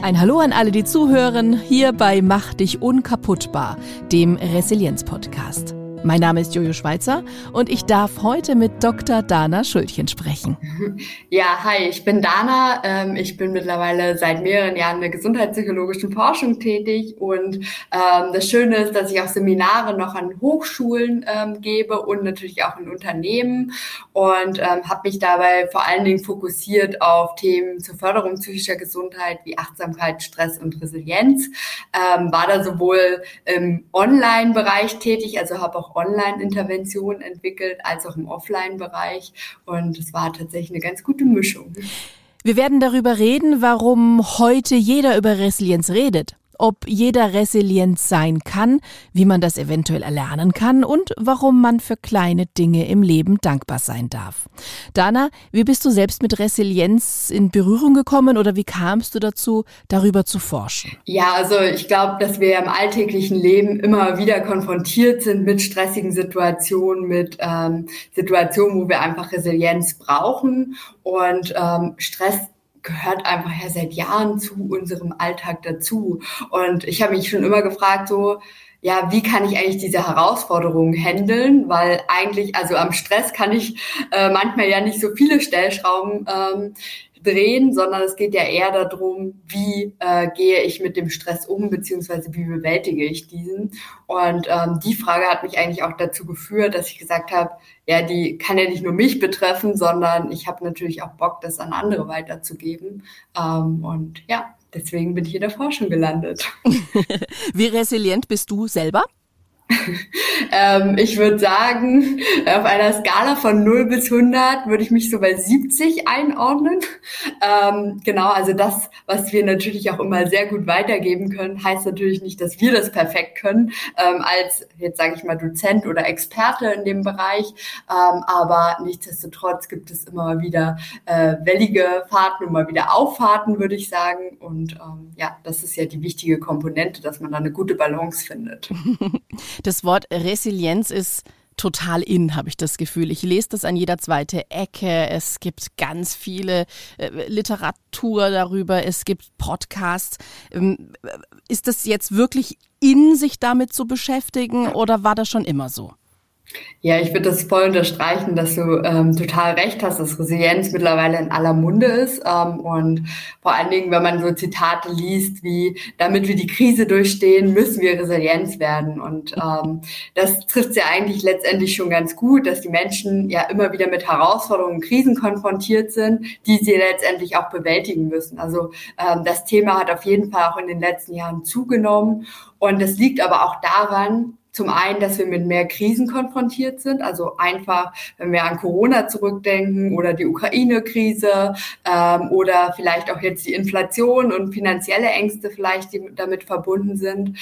Ein Hallo an alle, die zuhören, hier bei Mach dich unkaputtbar, dem Resilienz-Podcast. Mein Name ist Jojo Schweizer und ich darf heute mit Dr. Dana Schultjen sprechen. Ja, hi, ich bin Dana. Ich bin mittlerweile seit mehreren Jahren in der gesundheitspsychologischen Forschung tätig und das Schöne ist, dass ich auch Seminare noch an Hochschulen gebe und natürlich auch in Unternehmen und habe mich dabei vor allen Dingen fokussiert auf Themen zur Förderung psychischer Gesundheit wie Achtsamkeit, Stress und Resilienz. War da sowohl im Online-Bereich tätig, also habe auch Online-Interventionen entwickelt, als auch im Offline-Bereich. Und es war tatsächlich eine ganz gute Mischung. Wir werden darüber reden, warum heute jeder über Resilienz redet. Ob jeder resilient sein kann, wie man das eventuell erlernen kann und warum man für kleine Dinge im Leben dankbar sein darf. Dana, wie bist du selbst mit Resilienz in Berührung gekommen oder wie kamst du dazu, darüber zu forschen? Ja, also ich glaube, dass wir im alltäglichen Leben immer wieder konfrontiert sind mit stressigen Situationen, mit Situationen, wo wir einfach Resilienz brauchen und Stress gehört einfach ja seit Jahren zu unserem Alltag dazu. Und ich habe mich schon immer gefragt, so, ja, wie kann ich eigentlich diese Herausforderungen handeln? Weil eigentlich, also am Stress kann ich manchmal ja nicht so viele Stellschrauben drehen, sondern es geht ja eher darum, wie gehe ich mit dem Stress um, beziehungsweise wie bewältige ich diesen. Und die Frage hat mich eigentlich auch dazu geführt, dass ich gesagt habe, ja, die kann ja nicht nur mich betreffen, sondern ich habe natürlich auch Bock, das an andere weiterzugeben. Und ja, deswegen bin ich in der Forschung gelandet. Wie resilient bist du selber? Ich würde sagen, auf einer Skala von 0 bis 100 würde ich mich so bei 70 einordnen. Genau, also das, was wir natürlich auch immer sehr gut weitergeben können, heißt natürlich nicht, dass wir das perfekt können, als, jetzt sage ich mal, Dozent oder Experte in dem Bereich. Aber nichtsdestotrotz gibt es immer wieder wellige Fahrten und mal wieder Auffahrten, würde ich sagen. Und ja, das ist ja die wichtige Komponente, dass man da eine gute Balance findet. Das Wort Resilienz ist total in, habe ich das Gefühl. Ich lese das an jeder zweiten Ecke. Es gibt ganz viele Literatur darüber. Es gibt Podcasts. Ist das jetzt wirklich in, sich damit zu beschäftigen oder war das schon immer so? Ja, ich würde das voll unterstreichen, dass du total recht hast, dass Resilienz mittlerweile in aller Munde ist. Und vor allen Dingen, wenn man so Zitate liest wie, damit wir die Krise durchstehen, müssen wir Resilienz werden. Und das trifft ja eigentlich letztendlich schon ganz gut, dass die Menschen ja immer wieder mit Herausforderungen und Krisen konfrontiert sind, die sie letztendlich auch bewältigen müssen. Also das Thema hat auf jeden Fall auch in den letzten Jahren zugenommen. Und das liegt aber auch daran, zum einen, dass wir mit mehr Krisen konfrontiert sind, also einfach, wenn wir an Corona zurückdenken oder die Ukraine-Krise oder vielleicht auch jetzt die Inflation und finanzielle Ängste vielleicht, die damit verbunden sind,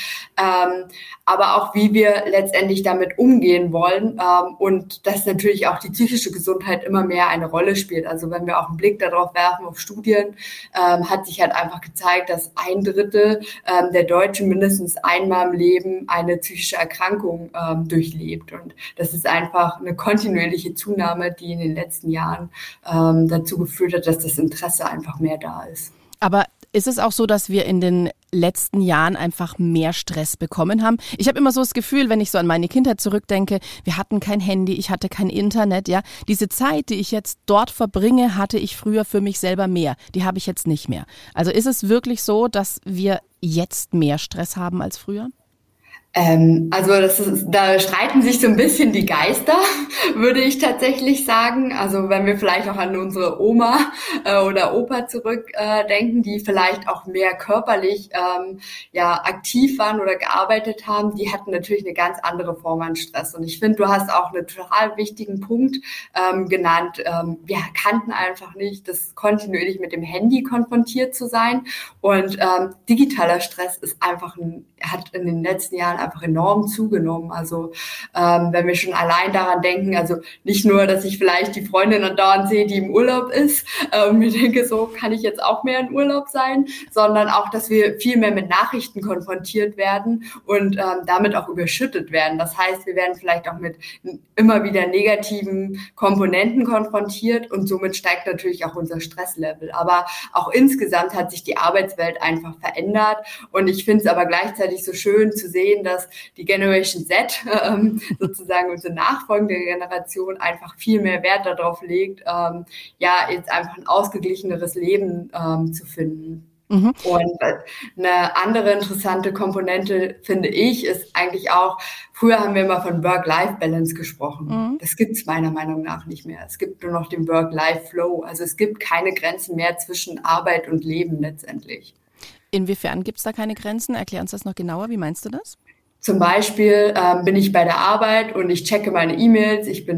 aber auch wie wir letztendlich damit umgehen wollen und dass natürlich auch die psychische Gesundheit immer mehr eine Rolle spielt. Also wenn wir auch einen Blick darauf werfen, auf Studien, hat sich halt einfach gezeigt, dass 1/3 der Deutschen mindestens einmal im Leben eine psychische Erkrankung durchlebt. Und das ist einfach eine kontinuierliche Zunahme, die in den letzten Jahren dazu geführt hat, dass das Interesse einfach mehr da ist. Aber ist es auch so, dass wir in den letzten Jahren einfach mehr Stress bekommen haben? Ich habe immer so das Gefühl, wenn ich so an meine Kindheit zurückdenke, wir hatten kein Handy, ich hatte kein Internet, ja. Diese Zeit, die ich jetzt dort verbringe, hatte ich früher für mich selber mehr. Die habe ich jetzt nicht mehr. Also ist es wirklich so, dass wir jetzt mehr Stress haben als früher? Also da streiten sich so ein bisschen die Geister, würde ich tatsächlich sagen. Also wenn wir vielleicht auch an unsere Oma oder Opa zurückdenken, die vielleicht auch mehr körperlich aktiv waren oder gearbeitet haben, die hatten natürlich eine ganz andere Form an Stress. Und ich finde, du hast auch einen total wichtigen Punkt genannt. Wir kannten einfach nicht, das kontinuierlich mit dem Handy konfrontiert zu sein. Und digitaler Stress ist hat in den letzten Jahren einfach enorm zugenommen. Also wenn wir schon allein daran denken, also nicht nur, dass ich vielleicht die Freundin andauernd sehe, die im Urlaub ist und mir denke, so kann ich jetzt auch mehr in Urlaub sein, sondern auch, dass wir viel mehr mit Nachrichten konfrontiert werden und damit auch überschüttet werden. Das heißt, wir werden vielleicht auch mit immer wieder negativen Komponenten konfrontiert und somit steigt natürlich auch unser Stresslevel. Aber auch insgesamt hat sich die Arbeitswelt einfach verändert und ich finde es aber gleichzeitig so schön zu sehen, dass die Generation Z, sozusagen unsere nachfolgende Generation, einfach viel mehr Wert darauf legt, jetzt einfach ein ausgeglicheneres Leben zu finden. Mhm. Und eine andere interessante Komponente, finde ich, ist eigentlich auch, früher haben wir immer von Work-Life-Balance gesprochen. Mhm. Das gibt es meiner Meinung nach nicht mehr. Es gibt nur noch den Work-Life-Flow. Also es gibt keine Grenzen mehr zwischen Arbeit und Leben letztendlich. Inwiefern gibt es da keine Grenzen? Erklär uns das noch genauer. Wie meinst du das? Zum Beispiel bin ich bei der Arbeit und ich checke meine E-Mails, ich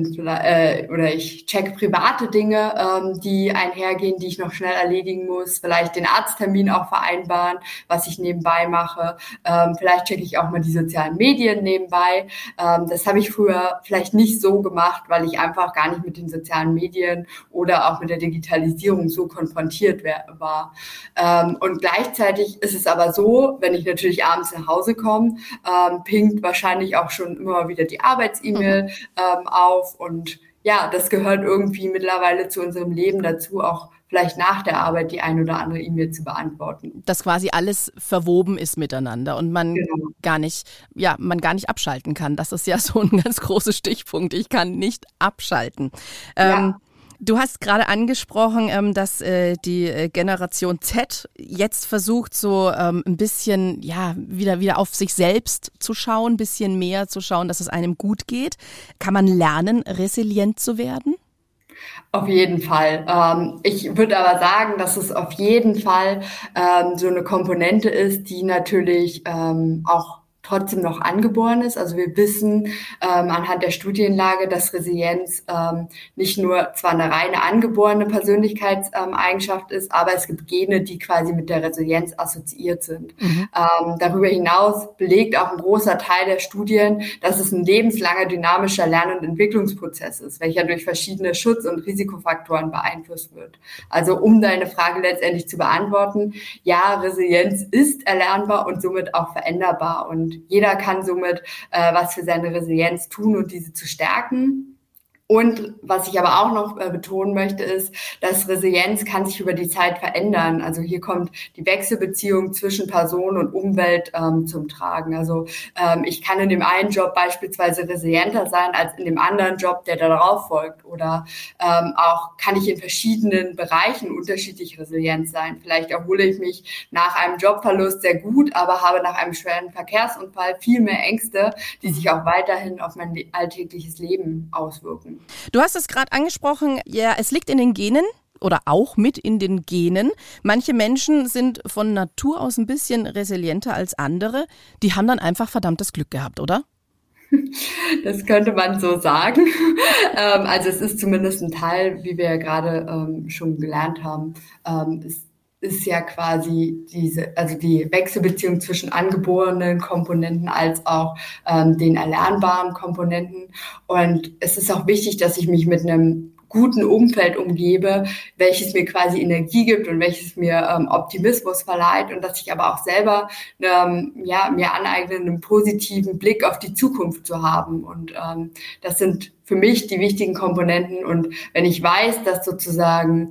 checke private Dinge, die einhergehen, die ich noch schnell erledigen muss, vielleicht den Arzttermin auch vereinbaren, was ich nebenbei mache. Vielleicht checke ich auch mal die sozialen Medien nebenbei. Das habe ich früher vielleicht nicht so gemacht, weil ich einfach gar nicht mit den sozialen Medien oder auch mit der Digitalisierung so konfrontiert war. Und gleichzeitig ist es aber so, wenn ich natürlich abends nach Hause komme, pinkt wahrscheinlich auch schon immer wieder die Arbeits-E-Mail auf und ja, das gehört irgendwie mittlerweile zu unserem Leben dazu, auch vielleicht nach der Arbeit die ein oder andere E-Mail zu beantworten. Dass quasi alles verwoben ist miteinander und man gar nicht abschalten kann. Das ist ja so ein ganz großer Stichpunkt. Ich kann nicht abschalten. Du hast gerade angesprochen, dass die Generation Z jetzt versucht, so ein bisschen wieder auf sich selbst zu schauen, ein bisschen mehr zu schauen, dass es einem gut geht. Kann man lernen, resilient zu werden? Auf jeden Fall. Ich würde aber sagen, dass es auf jeden Fall so eine Komponente ist, die natürlich auch trotzdem noch angeboren ist. Also wir wissen anhand der Studienlage, dass Resilienz nicht nur zwar eine reine angeborene Persönlichkeitseigenschaft ist, aber es gibt Gene, die quasi mit der Resilienz assoziiert sind. Mhm. Darüber hinaus belegt auch ein großer Teil der Studien, dass es ein lebenslanger dynamischer Lern- und Entwicklungsprozess ist, welcher durch verschiedene Schutz- und Risikofaktoren beeinflusst wird. Also um deine Frage letztendlich zu beantworten, ja, Resilienz ist erlernbar und somit auch veränderbar und jeder kann somit was für seine Resilienz tun und diese zu stärken. Und was ich aber auch noch betonen möchte, ist, dass Resilienz kann sich über die Zeit verändern. Also hier kommt die Wechselbeziehung zwischen Person und Umwelt zum Tragen. Also ich kann in dem einen Job beispielsweise resilienter sein als in dem anderen Job, der darauf folgt. Oder auch kann ich in verschiedenen Bereichen unterschiedlich resilient sein. Vielleicht erhole ich mich nach einem Jobverlust sehr gut, aber habe nach einem schweren Verkehrsunfall viel mehr Ängste, die sich auch weiterhin auf mein alltägliches Leben auswirken. Du hast es gerade angesprochen, ja, es liegt in den Genen oder auch mit in den Genen. Manche Menschen sind von Natur aus ein bisschen resilienter als andere. Die haben dann einfach verdammtes Glück gehabt, oder? Das könnte man so sagen. Also es ist zumindest ein Teil, wie wir ja gerade schon gelernt haben, ist ja quasi die Wechselbeziehung zwischen angeborenen Komponenten als auch den erlernbaren Komponenten. Und es ist auch wichtig, dass ich mich mit einem guten Umfeld umgebe, welches mir quasi Energie gibt und welches mir Optimismus verleiht und dass ich aber auch selber mir aneigne, einen positiven Blick auf die Zukunft zu haben. Und das sind für mich die wichtigen Komponenten. Und wenn ich weiß, dass sozusagen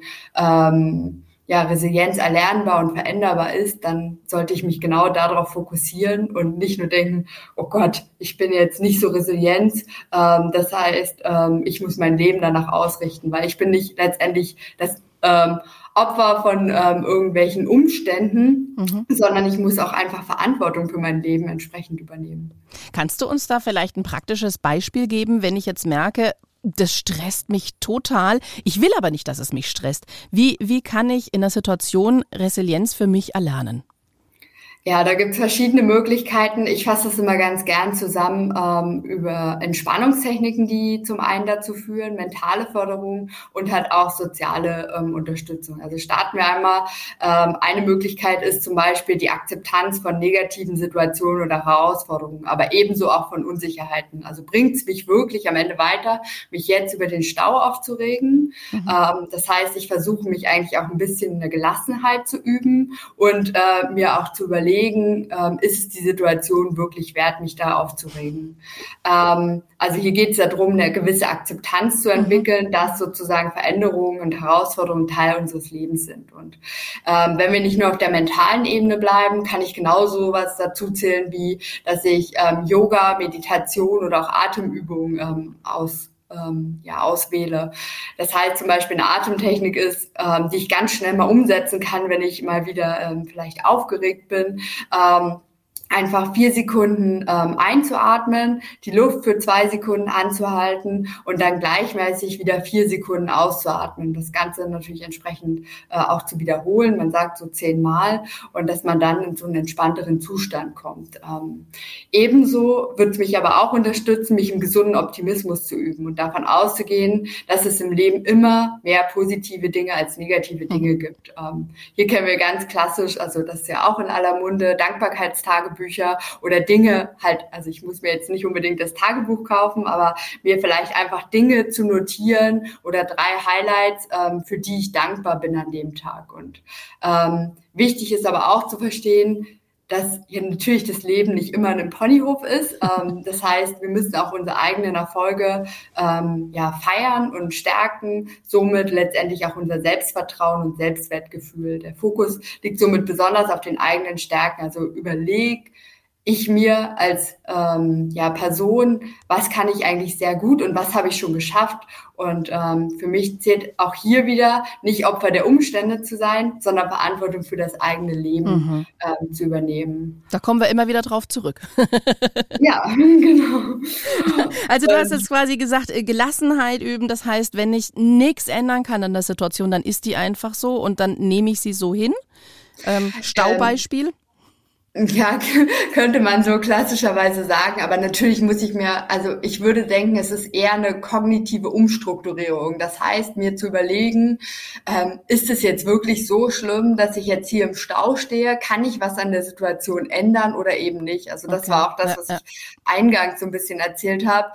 Resilienz erlernbar und veränderbar ist, dann sollte ich mich genau darauf fokussieren und nicht nur denken, oh Gott, ich bin jetzt nicht so resilient, das heißt, ich muss mein Leben danach ausrichten, weil ich bin nicht letztendlich das Opfer von irgendwelchen Umständen, sondern ich muss auch einfach Verantwortung für mein Leben entsprechend übernehmen. Kannst du uns da vielleicht ein praktisches Beispiel geben, wenn ich jetzt merke, das stresst mich total. Ich will aber nicht, dass es mich stresst. Wie kann ich in der Situation Resilienz für mich erlernen? Ja, da gibt's verschiedene Möglichkeiten. Ich fasse das immer ganz gern zusammen über Entspannungstechniken, die zum einen dazu führen, mentale Förderung und halt auch soziale Unterstützung. Also starten wir einmal. Eine Möglichkeit ist zum Beispiel die Akzeptanz von negativen Situationen oder Herausforderungen, aber ebenso auch von Unsicherheiten. Also bringt's mich wirklich am Ende weiter, mich jetzt über den Stau aufzuregen? Das heißt, ich versuche mich eigentlich auch ein bisschen in der Gelassenheit zu üben und mir auch zu überlegen, ist es die Situation wirklich wert, mich da aufzuregen. Also hier geht es darum, eine gewisse Akzeptanz zu entwickeln, dass sozusagen Veränderungen und Herausforderungen Teil unseres Lebens sind. Und wenn wir nicht nur auf der mentalen Ebene bleiben, kann ich genauso was dazu zählen, wie dass ich Yoga, Meditation oder auch Atemübungen auswähle. Das heißt zum Beispiel eine Atemtechnik ist, die ich ganz schnell mal umsetzen kann, wenn ich mal wieder vielleicht aufgeregt bin. Einfach 4 Sekunden einzuatmen, die Luft für 2 Sekunden anzuhalten und dann gleichmäßig wieder 4 Sekunden auszuatmen. Das Ganze natürlich entsprechend auch zu wiederholen. Man sagt so 10 Mal und dass man dann in so einen entspannteren Zustand kommt. Ebenso wird es mich aber auch unterstützen, mich im gesunden Optimismus zu üben und davon auszugehen, dass es im Leben immer mehr positive Dinge als negative Dinge gibt. Hier kennen wir ganz klassisch, also das ist ja auch in aller Munde, Dankbarkeitstagebücher oder Dinge halt, also ich muss mir jetzt nicht unbedingt das Tagebuch kaufen, aber mir vielleicht einfach Dinge zu notieren oder 3 Highlights, für die ich dankbar bin an dem Tag. Und wichtig ist aber auch zu verstehen, dass hier natürlich das Leben nicht immer ein Ponyhof ist. Das heißt, wir müssen auch unsere eigenen Erfolge feiern und stärken, somit letztendlich auch unser Selbstvertrauen und Selbstwertgefühl. Der Fokus liegt somit besonders auf den eigenen Stärken. Also überleg ich mir als Person, was kann ich eigentlich sehr gut und was habe ich schon geschafft. Und für mich zählt auch hier wieder, nicht Opfer der Umstände zu sein, sondern Verantwortung für das eigene Leben zu übernehmen. Da kommen wir immer wieder drauf zurück. Ja, genau. Also du hast jetzt quasi gesagt, Gelassenheit üben, das heißt, wenn ich nichts ändern kann an der Situation, dann ist die einfach so und dann nehme ich sie so hin. Staubeispiel. Ja, könnte man so klassischerweise sagen, aber natürlich ich würde denken, es ist eher eine kognitive Umstrukturierung. Das heißt, mir zu überlegen, ist es jetzt wirklich so schlimm, dass ich jetzt hier im Stau stehe? Kann ich was an der Situation ändern oder eben nicht? Also das war auch das, was ich eingangs so ein bisschen erzählt habe.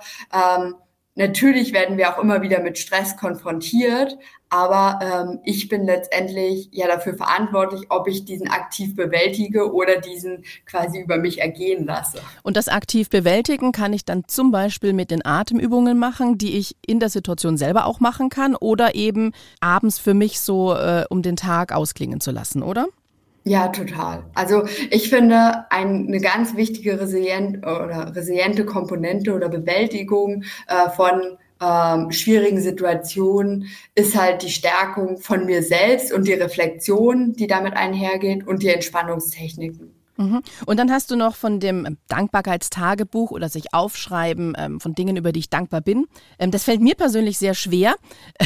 Natürlich werden wir auch immer wieder mit Stress konfrontiert, aber ich bin letztendlich ja dafür verantwortlich, ob ich diesen aktiv bewältige oder diesen quasi über mich ergehen lasse. Und das aktiv bewältigen kann ich dann zum Beispiel mit den Atemübungen machen, die ich in der Situation selber auch machen kann oder eben abends für mich so, um den Tag ausklingen zu lassen, oder? Ja, total. Also ich finde, eine ganz wichtige resiliente Komponente oder Bewältigung von schwierigen Situationen ist halt die Stärkung von mir selbst und die Reflexion, die damit einhergeht und die Entspannungstechniken. Und dann hast du noch von dem Dankbarkeitstagebuch oder sich aufschreiben von Dingen, über die ich dankbar bin. Das fällt mir persönlich sehr schwer,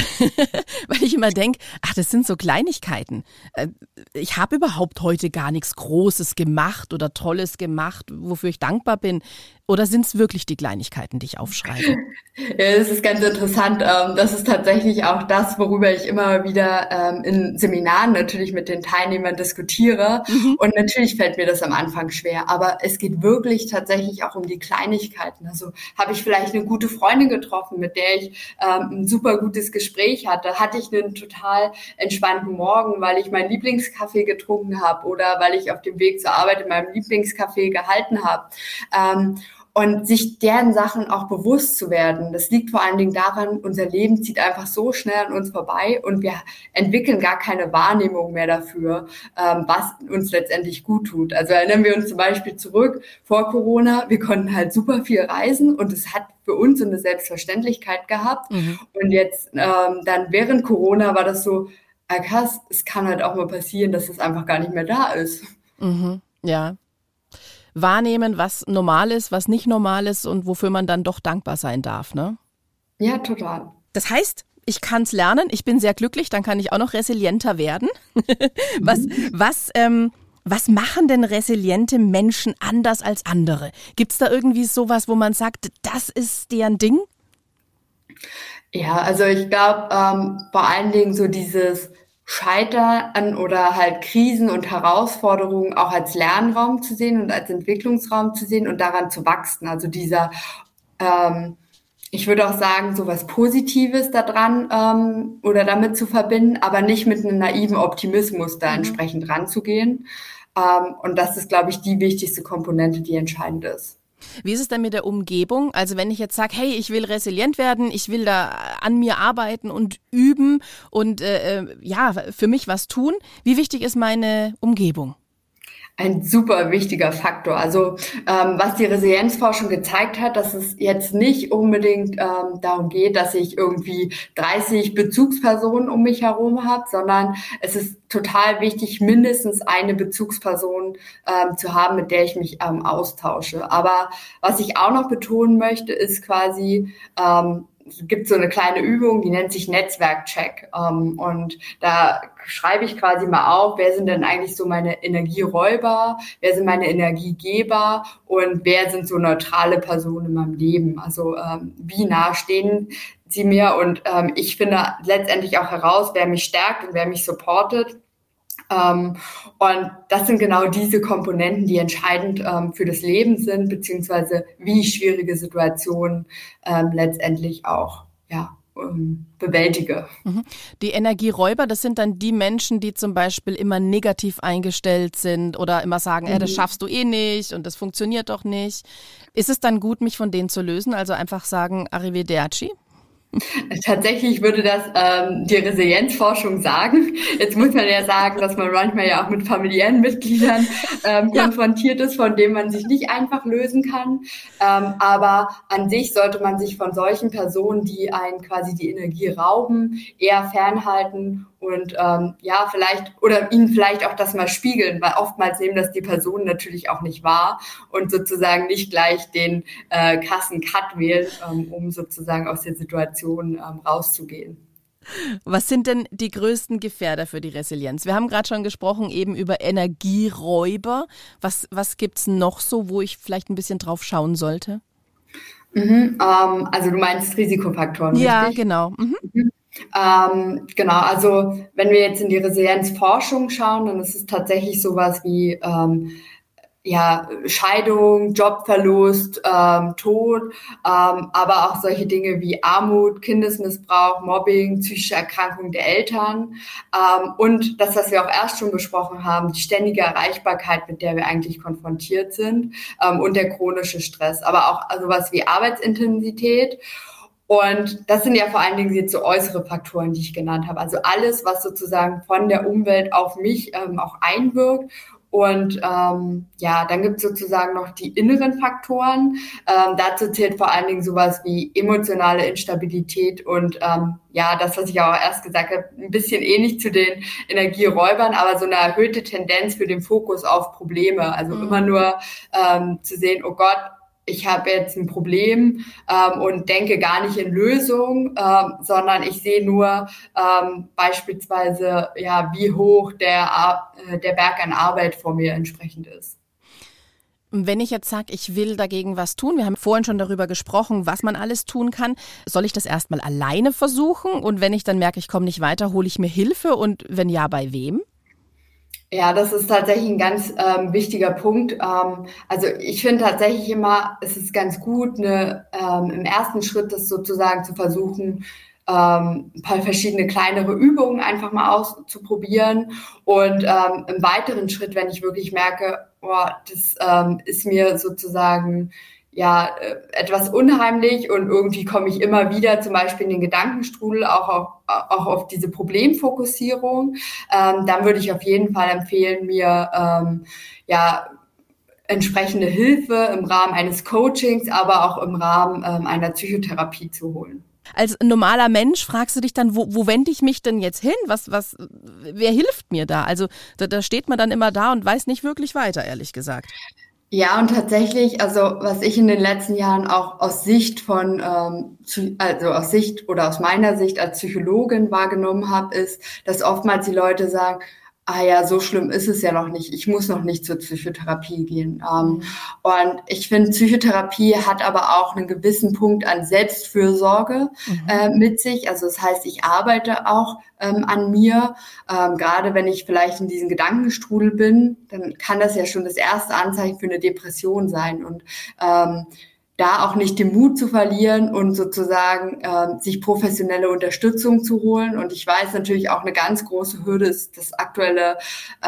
weil ich immer denke, das sind so Kleinigkeiten. Ich habe überhaupt heute gar nichts Großes gemacht oder Tolles gemacht, wofür ich dankbar bin. Oder sind es wirklich die Kleinigkeiten, die ich aufschreibe? Ja, das ist ganz interessant. Das ist tatsächlich auch das, worüber ich immer wieder in Seminaren natürlich mit den Teilnehmern diskutiere. Und natürlich fällt mir das am Anfang schwer. Aber es geht wirklich tatsächlich auch um die Kleinigkeiten. Also habe ich vielleicht eine gute Freundin getroffen, mit der ich ein super gutes Gespräch hatte? Hatte ich einen total entspannten Morgen, weil ich meinen Lieblingskaffee getrunken habe oder weil ich auf dem Weg zur Arbeit in meinem Lieblingscafé gehalten habe? Und sich deren Sachen auch bewusst zu werden, das liegt vor allen Dingen daran, unser Leben zieht einfach so schnell an uns vorbei und wir entwickeln gar keine Wahrnehmung mehr dafür, was uns letztendlich gut tut. Also erinnern wir uns zum Beispiel zurück vor Corona, wir konnten halt super viel reisen und es hat für uns so eine Selbstverständlichkeit gehabt. Und jetzt dann während Corona war das so, krass, es kann halt auch mal passieren, dass es einfach gar nicht mehr da ist. Ja. Wahrnehmen, was normal ist, was nicht normal ist und wofür man dann doch dankbar sein darf, ne? Ja, total. Das heißt, ich kann es lernen, ich bin sehr glücklich, dann kann ich auch noch resilienter werden. Was Was machen denn resiliente Menschen anders als andere? Gibt es da irgendwie sowas, wo man sagt, das ist deren Ding? Ja, also ich glaube, vor allen Dingen so dieses Scheitern oder halt Krisen und Herausforderungen auch als Lernraum zu sehen und als Entwicklungsraum zu sehen und daran zu wachsen. Also dieser, ähm, ich würde auch sagen, so was Positives daran oder damit zu verbinden, aber nicht mit einem naiven Optimismus da entsprechend ranzugehen. Und das ist, glaube ich, die wichtigste Komponente, die entscheidend ist. Wie ist es denn mit der Umgebung? Also wenn ich jetzt sage, hey, ich will resilient werden, ich will da an mir arbeiten und üben und ja, für mich was tun. Wie wichtig ist meine Umgebung? Ein super wichtiger Faktor. Also was die Resilienzforschung gezeigt hat, dass es jetzt nicht unbedingt darum geht, dass ich irgendwie 30 Bezugspersonen um mich herum habe, sondern es ist total wichtig, mindestens eine Bezugsperson zu haben, mit der ich mich austausche. Aber was ich auch noch betonen möchte, ist quasi, es gibt so eine kleine Übung, die nennt sich Netzwerkcheck. Und da schreibe ich quasi mal auf, wer sind denn eigentlich so meine Energieräuber, wer sind meine Energiegeber und wer sind so neutrale Personen in meinem Leben. Also wie nah stehen sie mir? Und ich finde letztendlich auch heraus, wer mich stärkt und wer mich supportet. Und das sind genau diese Komponenten, die entscheidend für das Leben sind, beziehungsweise wie ich schwierige Situationen letztendlich auch bewältige. Die Energieräuber, das sind dann die Menschen, die zum Beispiel immer negativ eingestellt sind oder immer sagen, das schaffst du eh nicht und das funktioniert doch nicht. Ist es dann gut, mich von denen zu lösen? Also einfach sagen, Arrivederci? Tatsächlich würde das die Resilienzforschung sagen. Jetzt muss man ja sagen, dass man manchmal ja auch mit familiären Mitgliedern konfrontiert ist, von denen man sich nicht einfach lösen kann. Aber an sich sollte man sich von solchen Personen, die einen quasi die Energie rauben, eher fernhalten und vielleicht oder ihnen vielleicht auch das mal spiegeln, weil oftmals nehmen das die Personen natürlich auch nicht wahr und sozusagen nicht gleich den krassen Cut wählen, um sozusagen aus der Situation rauszugehen. Was sind denn die größten Gefährder für die Resilienz? Wir haben gerade schon gesprochen eben über Energieräuber. Was gibt's noch so, wo ich vielleicht ein bisschen drauf schauen sollte? Also du meinst Risikofaktoren, ja, richtig? Ja, genau. Genau, also wenn wir jetzt in die Resilienzforschung schauen, dann ist es tatsächlich sowas wie Scheidung, Jobverlust, Tod, aber auch solche Dinge wie Armut, Kindesmissbrauch, Mobbing, psychische Erkrankung der Eltern und das, was wir auch erst schon besprochen haben, die ständige Erreichbarkeit, mit der wir eigentlich konfrontiert sind und der chronische Stress, aber auch sowas wie Arbeitsintensität. Und das sind ja vor allen Dingen jetzt so äußere Faktoren, die ich genannt habe. Also alles, was sozusagen von der Umwelt auf mich auch einwirkt. Und dann gibt es sozusagen noch die inneren Faktoren. Dazu zählt vor allen Dingen sowas wie emotionale Instabilität und das, was ich auch erst gesagt habe, ein bisschen ähnlich zu den Energieräubern, aber so eine erhöhte Tendenz für den Fokus auf Probleme. Also immer nur zu sehen, oh Gott, ich habe jetzt ein Problem und denke gar nicht in Lösungen, sondern ich sehe nur beispielsweise, wie hoch der Berg an Arbeit vor mir entsprechend ist. Wenn ich jetzt sage, ich will dagegen was tun, wir haben vorhin schon darüber gesprochen, was man alles tun kann, soll ich das erstmal alleine versuchen? Und wenn ich dann merke, ich komme nicht weiter, hole ich mir Hilfe und wenn ja, bei wem? Ja, das ist tatsächlich ein ganz wichtiger Punkt. Also ich finde tatsächlich immer, es ist ganz gut, im ersten Schritt das sozusagen zu versuchen, ein paar verschiedene kleinere Übungen einfach mal auszuprobieren. Und im weiteren Schritt, wenn ich wirklich merke, das ist mir sozusagen etwas unheimlich und irgendwie komme ich immer wieder zum Beispiel in den Gedankenstrudel, auch auf diese Problemfokussierung, dann würde ich auf jeden Fall empfehlen, mir entsprechende Hilfe im Rahmen eines Coachings, aber auch im Rahmen einer Psychotherapie zu holen. Als normaler Mensch fragst du dich dann, wo wende ich mich denn jetzt hin? Wer hilft mir da? Also da steht man dann immer da und weiß nicht wirklich weiter, ehrlich gesagt. Ja, und tatsächlich, also was ich in den letzten Jahren auch aus Sicht aus Sicht oder aus meiner Sicht als Psychologin wahrgenommen habe, ist, dass oftmals die Leute sagen, ah ja, so schlimm ist es ja noch nicht. Ich muss noch nicht zur Psychotherapie gehen. Und ich finde, Psychotherapie hat aber auch einen gewissen Punkt an Selbstfürsorge mit sich. Also das heißt, ich arbeite auch an mir. Gerade wenn ich vielleicht in diesem Gedankenstrudel bin, dann kann das ja schon das erste Anzeichen für eine Depression sein. Und da auch nicht den Mut zu verlieren und sozusagen sich professionelle Unterstützung zu holen. Und ich weiß natürlich auch, eine ganz große Hürde ist das aktuelle,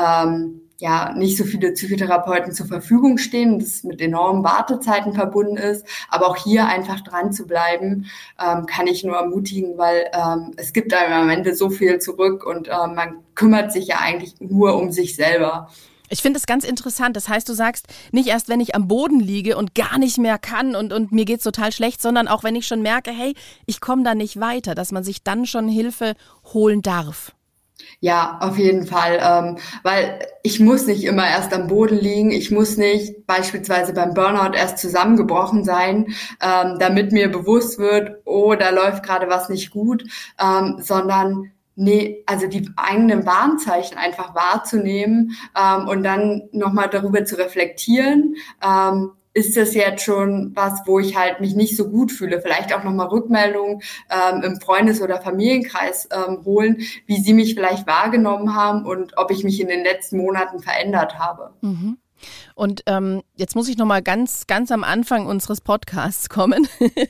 nicht so viele Psychotherapeuten zur Verfügung stehen und das mit enormen Wartezeiten verbunden ist. Aber auch hier einfach dran zu bleiben, kann ich nur ermutigen, weil es gibt einem am Ende so viel zurück und man kümmert sich ja eigentlich nur um sich selber. Ich finde es ganz interessant. Das heißt, du sagst, nicht erst, wenn ich am Boden liege und gar nicht mehr kann und mir geht's total schlecht, sondern auch, wenn ich schon merke, hey, ich komme da nicht weiter, dass man sich dann schon Hilfe holen darf. Ja, auf jeden Fall, weil ich muss nicht immer erst am Boden liegen. Ich muss nicht beispielsweise beim Burnout erst zusammengebrochen sein, damit mir bewusst wird, oh, da läuft gerade was nicht gut, sondern nee, also die eigenen Warnzeichen einfach wahrzunehmen und dann nochmal darüber zu reflektieren. Ist das jetzt schon was, wo ich halt mich nicht so gut fühle? Vielleicht auch nochmal Rückmeldungen im Freundes- oder Familienkreis holen, wie sie mich vielleicht wahrgenommen haben und ob ich mich in den letzten Monaten verändert habe. Mhm. Und jetzt muss ich noch mal ganz am Anfang unseres Podcasts kommen.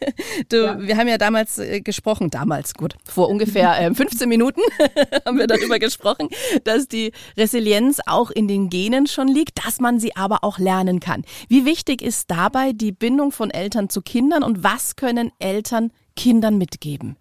Wir haben ja damals gesprochen, vor ungefähr 15 Minuten haben wir darüber gesprochen, dass die Resilienz auch in den Genen schon liegt, dass man sie aber auch lernen kann. Wie wichtig ist dabei die Bindung von Eltern zu Kindern und was können Eltern Kindern mitgeben?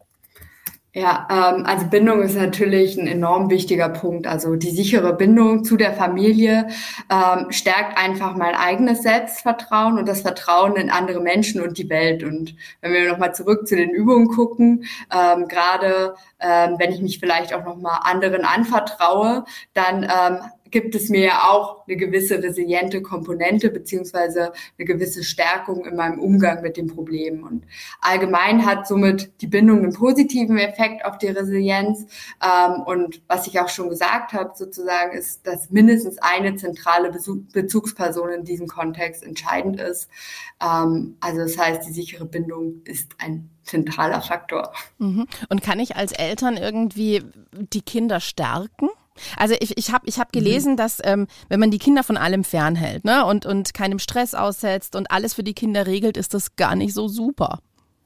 Ja, also Bindung ist natürlich ein enorm wichtiger Punkt. Also die sichere Bindung zu der Familie stärkt einfach mein eigenes Selbstvertrauen und das Vertrauen in andere Menschen und die Welt. Und wenn wir nochmal zurück zu den Übungen gucken, gerade wenn ich mich vielleicht auch nochmal anderen anvertraue, dann gibt es mir ja auch eine gewisse resiliente Komponente beziehungsweise eine gewisse Stärkung in meinem Umgang mit den Problemen. Und allgemein hat somit die Bindung einen positiven Effekt auf die Resilienz. Und was ich auch schon gesagt habe, sozusagen, ist, dass mindestens eine zentrale Bezugsperson in diesem Kontext entscheidend ist. Also das heißt, die sichere Bindung ist ein zentraler Faktor. Mhm. Und kann ich als Eltern irgendwie die Kinder stärken? Also ich hab gelesen, dass wenn man die Kinder von allem fernhält, ne, und keinem Stress aussetzt und alles für die Kinder regelt, ist das gar nicht so super.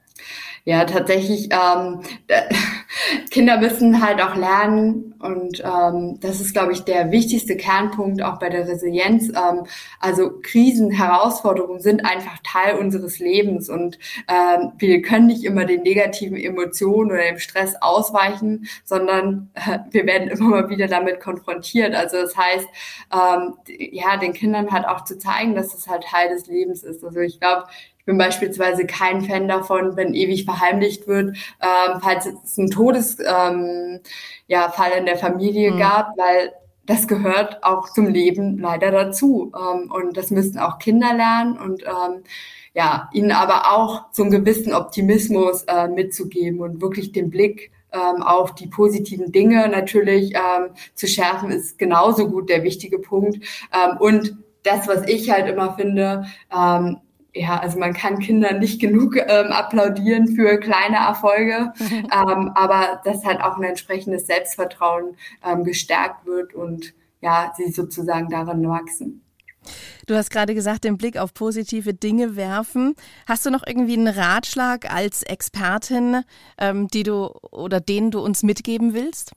Ja, tatsächlich, Kinder müssen halt auch lernen und das ist, glaube ich, der wichtigste Kernpunkt auch bei der Resilienz. Also Krisen, Herausforderungen sind einfach Teil unseres Lebens und wir können nicht immer den negativen Emotionen oder dem Stress ausweichen, sondern wir werden immer mal wieder damit konfrontiert. Also das heißt, den Kindern halt auch zu zeigen, dass das halt Teil des Lebens ist. Also ich glaube, ich bin beispielsweise kein Fan davon, wenn ewig verheimlicht wird, falls es einen Todesfall in der Familie gab, weil das gehört auch zum Leben leider dazu. Und das müssen auch Kinder lernen und ihnen aber auch so einen gewissen Optimismus mitzugeben und wirklich den Blick auf die positiven Dinge natürlich zu schärfen, ist genauso gut der wichtige Punkt. Und das, was ich halt immer finde, also man kann Kindern nicht genug applaudieren für kleine Erfolge, aber dass halt auch ein entsprechendes Selbstvertrauen gestärkt wird und sie sozusagen daran wachsen. Du hast gerade gesagt, den Blick auf positive Dinge werfen. Hast du noch irgendwie einen Ratschlag als Expertin, den du uns mitgeben willst?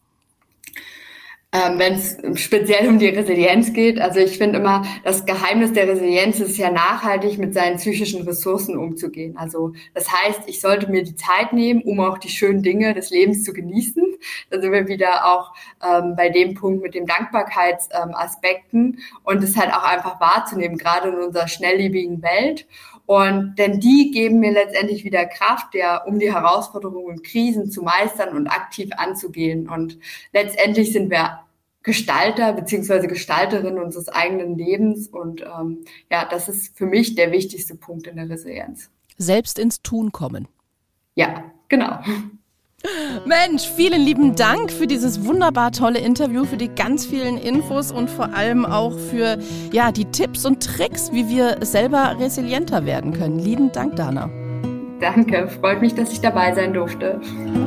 Wenn es speziell um die Resilienz geht. Also ich finde immer, das Geheimnis der Resilienz ist ja nachhaltig mit seinen psychischen Ressourcen umzugehen. Also das heißt, ich sollte mir die Zeit nehmen, um auch die schönen Dinge des Lebens zu genießen. Da sind wir wieder auch bei dem Punkt mit den Dankbarkeitsaspekten und es halt auch einfach wahrzunehmen, gerade in unserer schnelllebigen Welt. Und denn die geben mir letztendlich wieder Kraft, um die Herausforderungen und Krisen zu meistern und aktiv anzugehen. Und letztendlich sind wir Gestalter bzw. Gestalterin unseres eigenen Lebens. Und das ist für mich der wichtigste Punkt in der Resilienz. Selbst ins Tun kommen. Ja, genau. Mensch, vielen lieben Dank für dieses wunderbar tolle Interview, für die ganz vielen Infos und vor allem auch für die Tipps und Tricks, wie wir selber resilienter werden können. Lieben Dank, Dana. Danke, freut mich, dass ich dabei sein durfte.